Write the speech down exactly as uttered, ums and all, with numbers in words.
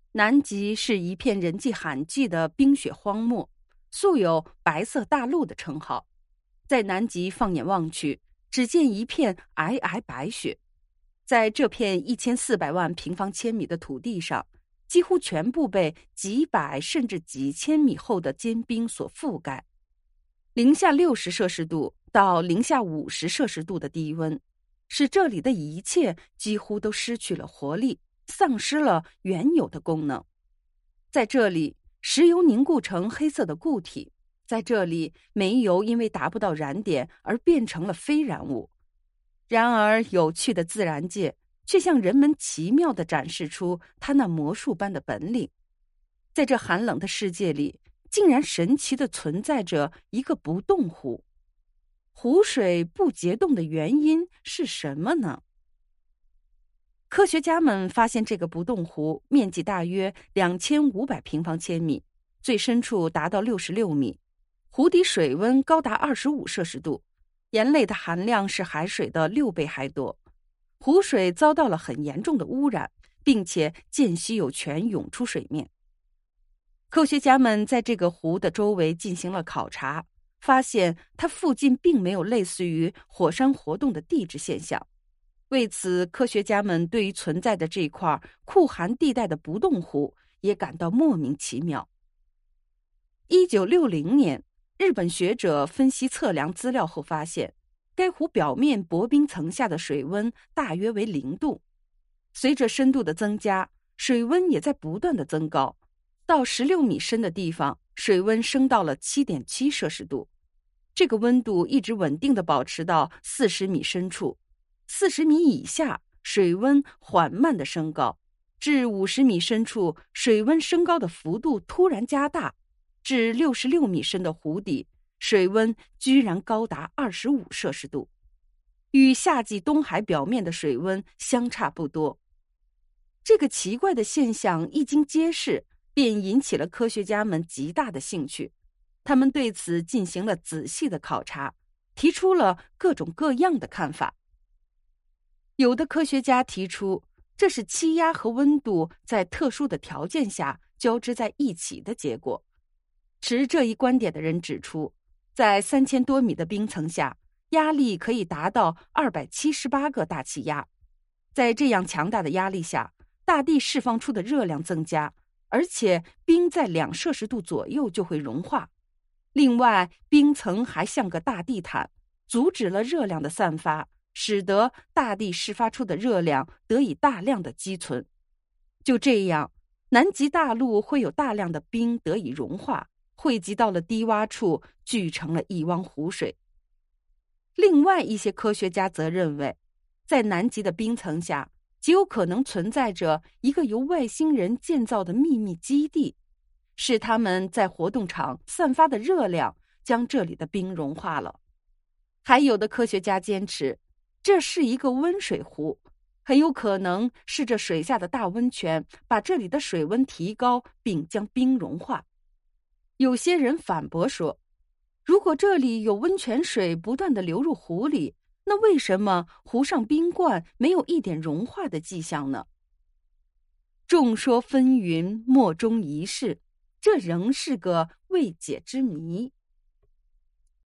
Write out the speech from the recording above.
南极是一片人迹罕至的冰雪荒漠，素有白色大陆的称号。在南极放眼望去，只见一片皑皑白雪。在这片一千四百万平方千米的土地上，几乎全部被几百甚至几千米厚的坚冰所覆盖。零下六十摄氏度到零下五十摄氏度的低温，使这里的一切几乎都失去了活力，丧失了原有的功能。在这里，石油凝固成黑色的固体；在这里，煤油因为达不到燃点而变成了非燃物。然而，有趣的自然界却向人们奇妙地展示出它那魔术般的本领。在这寒冷的世界里，竟然神奇地存在着一个不冻湖。湖水不结冻的原因是什么呢？科学家们发现这个不冻湖面积大约两千五百平方千米，最深处达到六十六米，湖底水温高达二十五摄氏度，盐类的含量是海水的六倍还多。湖水遭到了很严重的污染，并且间隙有泉涌出水面。科学家们在这个湖的周围进行了考察，发现它附近并没有类似于火山活动的地质现象。为此，科学家们对于存在的这块酷寒地带的不冻湖也感到莫名其妙。一九六零年，日本学者分析测量资料后发现，该湖表面薄冰层下的水温大约为零度。随着深度的增加，水温也在不断的增高，到十六米深的地方，水温升到了 七点七摄氏度。这个温度一直稳定地保持到四十米深处。四十米以下，水温缓慢地升高，至五十米深处，水温升高的幅度突然加大，至六十六米深的湖底，水温居然高达二十五摄氏度，与夏季东海表面的水温相差不多。这个奇怪的现象一经揭示，便引起了科学家们极大的兴趣。他们对此进行了仔细的考察，提出了各种各样的看法。有的科学家提出，这是气压和温度在特殊的条件下交织在一起的结果。持这一观点的人指出，在三千多米的冰层下，压力可以达到二百七十八个大气压。在这样强大的压力下，大地释放出的热量增加，而且冰在两摄氏度左右就会融化。另外，冰层还像个大地毯，阻止了热量的散发，使得大地释发出的热量得以大量的积存。就这样，南极大陆会有大量的冰得以融化，汇集到了低洼处，聚成了一汪湖水。另外一些科学家则认为，在南极的冰层下，极有可能存在着一个由外星人建造的秘密基地，是他们在活动场散发的热量将这里的冰融化了。还有的科学家坚持，这是一个温水湖，很有可能是这水下的大温泉把这里的水温提高，并将冰融化。有些人反驳说，如果这里有温泉水不断地流入湖里，那为什么湖上冰冠没有一点融化的迹象呢？众说纷纭，莫衷一是，这仍是个未解之谜。